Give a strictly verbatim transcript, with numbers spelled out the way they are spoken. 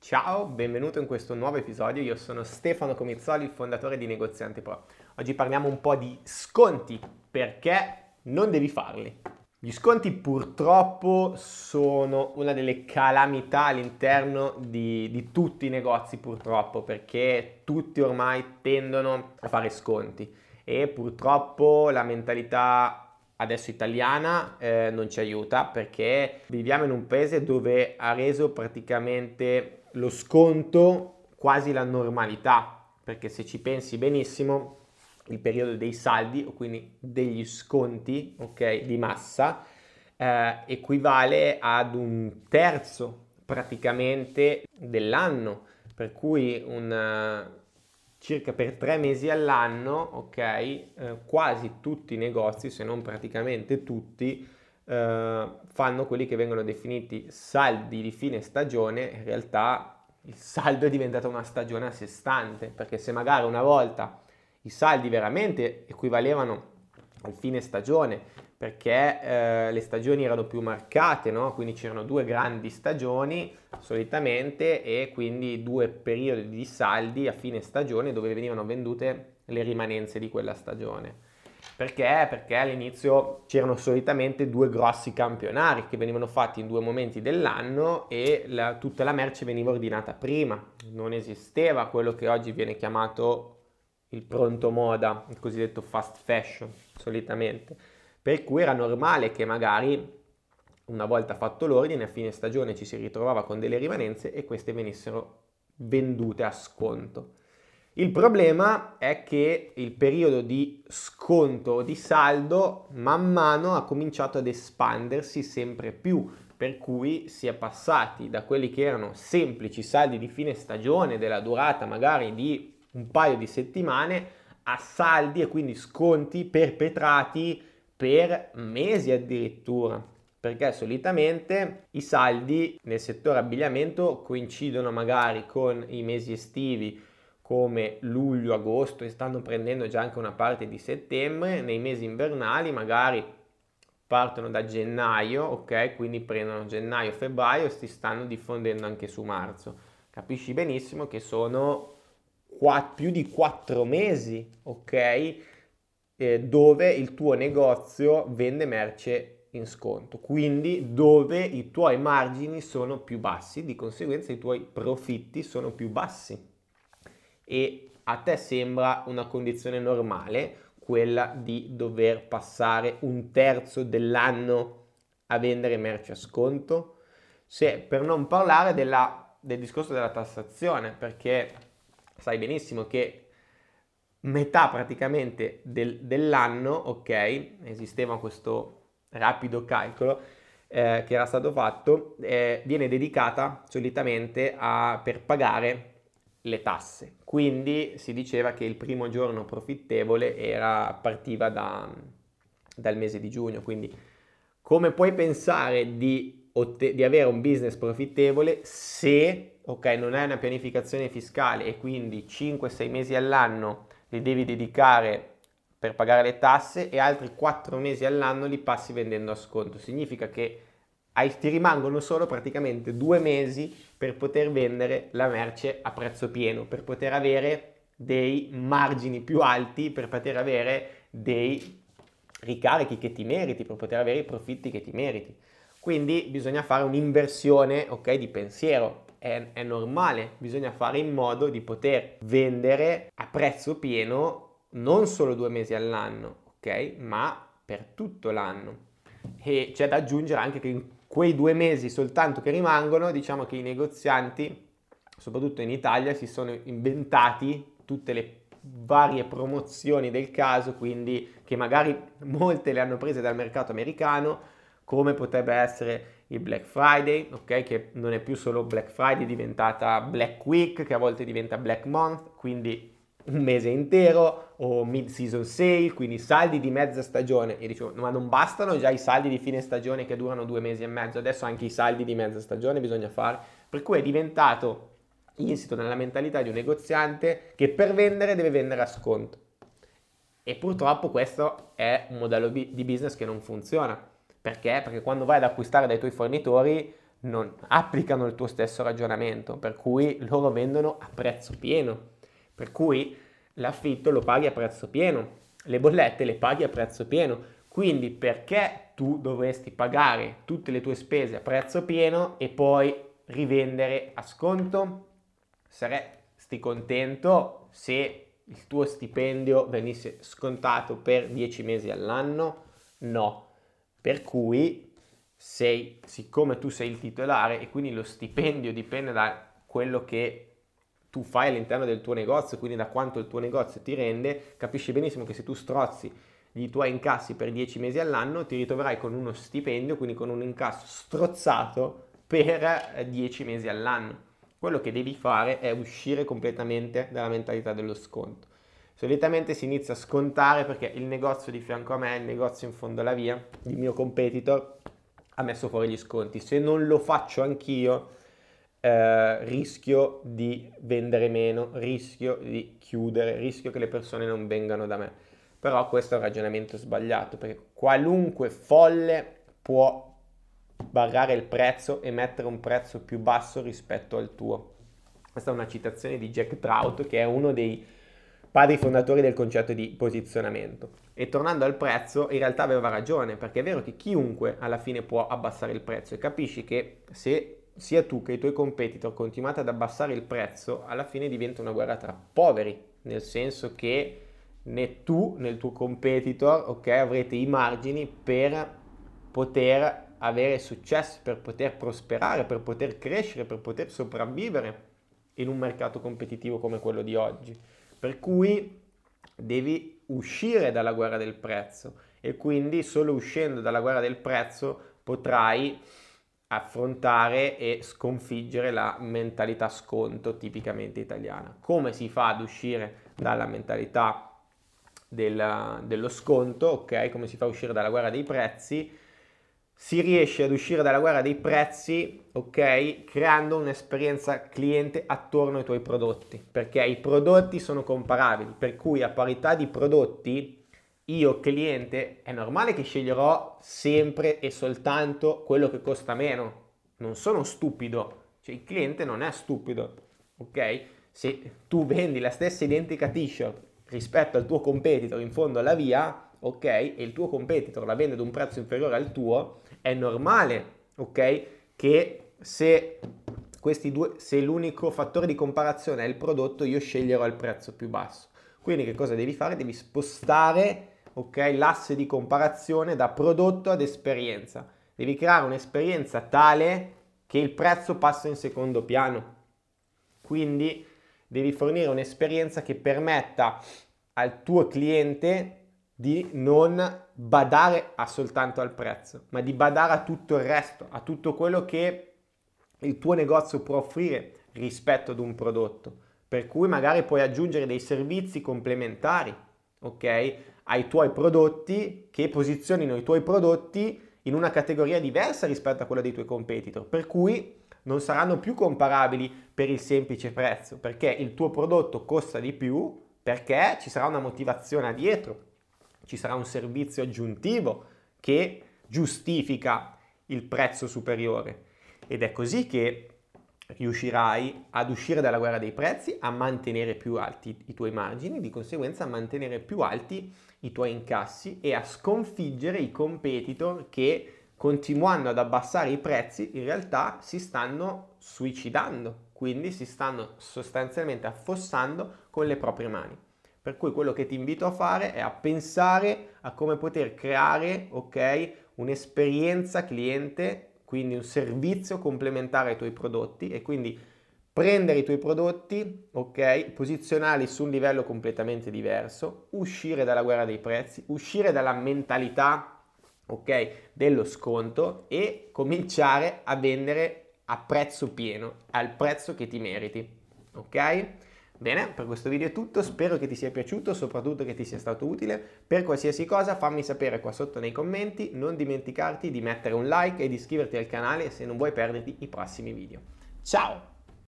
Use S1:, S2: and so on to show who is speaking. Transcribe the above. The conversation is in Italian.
S1: Ciao, benvenuto in questo nuovo episodio. Io sono Stefano Comizzoli, il fondatore di Negoziante Pro. Oggi parliamo un po' di sconti, perché non devi farli. Gli sconti purtroppo sono una delle calamità all'interno di, di tutti i negozi, purtroppo, perché tutti ormai tendono a fare sconti e purtroppo la mentalità adesso italiana eh, non ci aiuta, perché viviamo in un paese dove ha reso praticamente lo sconto quasi la normalità, perché se ci pensi benissimo il periodo dei saldi, o quindi degli sconti, ok, di massa, eh, equivale ad un terzo praticamente dell'anno, per cui un, circa per tre mesi all'anno, ok, eh, quasi tutti i negozi, se non praticamente tutti, eh, fanno quelli che vengono definiti saldi di fine stagione. In realtà il saldo è diventato una stagione a sé stante, perché se magari una volta i saldi veramente equivalevano al fine stagione, perché eh, le stagioni erano più marcate, no? Quindi c'erano due grandi stagioni solitamente e quindi due periodi di saldi a fine stagione dove venivano vendute le rimanenze di quella stagione. Perché? Perché all'inizio c'erano solitamente due grossi campionari che venivano fatti in due momenti dell'anno e la, tutta la merce veniva ordinata prima. Non esisteva quello che oggi viene chiamato il pronto moda, il cosiddetto fast fashion, solitamente. Per cui era normale che magari una volta fatto l'ordine a fine stagione ci si ritrovava con delle rimanenze e queste venissero vendute a sconto. Il problema è che il periodo di sconto o di saldo man mano ha cominciato ad espandersi sempre più, per cui si è passati da quelli che erano semplici saldi di fine stagione della durata magari di un paio di settimane a saldi e quindi sconti perpetrati per mesi addirittura, perché solitamente i saldi nel settore abbigliamento coincidono magari con i mesi estivi come luglio, agosto e stanno prendendo già anche una parte di settembre. Nei mesi invernali magari partono da gennaio, ok? Quindi prendono gennaio, febbraio e si stanno diffondendo anche su marzo. Capisci benissimo che sono qua, più di quattro mesi, ok? Eh, dove il tuo negozio vende merce in sconto, quindi dove i tuoi margini sono più bassi, di conseguenza i tuoi profitti sono più bassi e a te sembra una condizione normale quella di dover passare un terzo dell'anno a vendere merce a sconto, se per non parlare della, del discorso della tassazione, perché sai benissimo che metà praticamente del, dell'anno, ok, esisteva questo rapido calcolo eh, che era stato fatto, eh, viene dedicata solitamente a, per pagare le tasse. Quindi si diceva che il primo giorno profittevole era, partiva da, dal mese di giugno. Quindi come puoi pensare di, otte- di avere un business profittevole se, ok, non hai una pianificazione fiscale e quindi cinque sei mesi all'anno li devi dedicare per pagare le tasse e altri quattro mesi all'anno li passi vendendo a sconto. Significa che hai, ti rimangono solo praticamente due mesi per poter vendere la merce a prezzo pieno, per poter avere dei margini più alti, per poter avere dei ricarichi che ti meriti, per poter avere i profitti che ti meriti. Quindi bisogna fare un'inversione, ok, di pensiero. È, è normale, bisogna fare in modo di poter vendere a prezzo pieno non solo due mesi all'anno, ok, ma per tutto l'anno. E c'è da aggiungere anche che in quei due mesi soltanto che rimangono, diciamo che i negozianti, soprattutto in Italia, si sono inventati tutte le varie promozioni del caso, quindi che magari molte le hanno prese dal mercato americano, come potrebbe essere il Black Friday, ok? Che non è più solo Black Friday, è diventata Black Week, che a volte diventa Black Month, quindi un mese intero, o mid-season sale, quindi saldi di mezza stagione. E dicevo, ma non bastano già i saldi di fine stagione che durano due mesi e mezzo, adesso anche i saldi di mezza stagione bisogna fare, per cui è diventato insito nella mentalità di un negoziante che per vendere deve vendere a sconto. E purtroppo questo è un modello di business che non funziona. Perché? Perché quando vai ad acquistare dai tuoi fornitori non applicano il tuo stesso ragionamento, per cui loro vendono a prezzo pieno, per cui l'affitto lo paghi a prezzo pieno, le bollette le paghi a prezzo pieno, quindi perché tu dovresti pagare tutte le tue spese a prezzo pieno e poi rivendere a sconto? Saresti contento se il tuo stipendio venisse scontato per dieci mesi all'anno? No. Per cui, sei, siccome tu sei il titolare e quindi lo stipendio dipende da quello che tu fai all'interno del tuo negozio, quindi da quanto il tuo negozio ti rende, capisci benissimo che se tu strozzi i tuoi incassi per dieci mesi all'anno, ti ritroverai con uno stipendio, quindi con un incasso strozzato per dieci mesi all'anno. Quello che devi fare è uscire completamente dalla mentalità dello sconto. Solitamente si inizia a scontare perché il negozio di fianco a me, il negozio in fondo alla via, il mio competitor, ha messo fuori gli sconti. Se non lo faccio anch'io, eh, rischio di vendere meno, rischio di chiudere, rischio che le persone non vengano da me. Però questo è un ragionamento sbagliato, perché qualunque folle può barrare il prezzo e mettere un prezzo più basso rispetto al tuo. Questa è una citazione di Jack Trout, che è uno dei padri fondatori del concetto di posizionamento. E tornando al prezzo, in realtà aveva ragione, perché è vero che chiunque alla fine può abbassare il prezzo, e capisci che se sia tu che i tuoi competitor continuate ad abbassare il prezzo, alla fine diventa una guerra tra poveri, nel senso che né tu né il tuo competitor, ok, avrete i margini per poter avere successo, per poter prosperare, per poter crescere, per poter sopravvivere in un mercato competitivo come quello di oggi. Per cui devi uscire dalla guerra del prezzo e quindi solo uscendo dalla guerra del prezzo potrai affrontare e sconfiggere la mentalità sconto tipicamente italiana. Come si fa ad uscire dalla mentalità del, dello sconto, ok? Come si fa a uscire dalla guerra dei prezzi? Si riesce ad uscire dalla guerra dei prezzi, ok, creando un'esperienza cliente attorno ai tuoi prodotti, perché i prodotti sono comparabili, per cui a parità di prodotti, io cliente è normale che sceglierò sempre e soltanto quello che costa meno. Non sono stupido, cioè il cliente non è stupido, ok? Se tu vendi la stessa identica t-shirt rispetto al tuo competitor in fondo alla via, ok, e il tuo competitor la vende ad un prezzo inferiore al tuo, è normale, ok, che se questi due, se l'unico fattore di comparazione è il prodotto, io sceglierò il prezzo più basso. Quindi che cosa devi fare? Devi spostare, ok, l'asse di comparazione da prodotto ad esperienza. Devi creare un'esperienza tale che il prezzo passa in secondo piano. Quindi devi fornire un'esperienza che permetta al tuo cliente di non badare a soltanto al prezzo, ma di badare a tutto il resto, a tutto quello che il tuo negozio può offrire rispetto ad un prodotto. Per cui magari puoi aggiungere dei servizi complementari, ok, ai tuoi prodotti che posizionino i tuoi prodotti in una categoria diversa rispetto a quella dei tuoi competitor, per cui non saranno più comparabili per il semplice prezzo, perché il tuo prodotto costa di più, perché ci sarà una motivazione dietro, ci sarà un servizio aggiuntivo che giustifica il prezzo superiore. Ed è così che riuscirai ad uscire dalla guerra dei prezzi, a mantenere più alti i tuoi margini, di conseguenza a mantenere più alti i tuoi incassi e a sconfiggere i competitor che, continuando ad abbassare i prezzi, in realtà si stanno suicidando, quindi si stanno sostanzialmente affossando con le proprie mani. Per cui quello che ti invito a fare è a pensare a come poter creare, ok, un'esperienza cliente, quindi un servizio complementare ai tuoi prodotti, e quindi prendere i tuoi prodotti, ok, posizionarli su un livello completamente diverso, uscire dalla guerra dei prezzi, uscire dalla mentalità, ok, dello sconto e cominciare a vendere a prezzo pieno, al prezzo che ti meriti, ok? Bene, per questo video è tutto, spero che ti sia piaciuto, soprattutto che ti sia stato utile. Per qualsiasi cosa fammi sapere qua sotto nei commenti, non dimenticarti di mettere un like e di iscriverti al canale se non vuoi perderti i prossimi video. Ciao!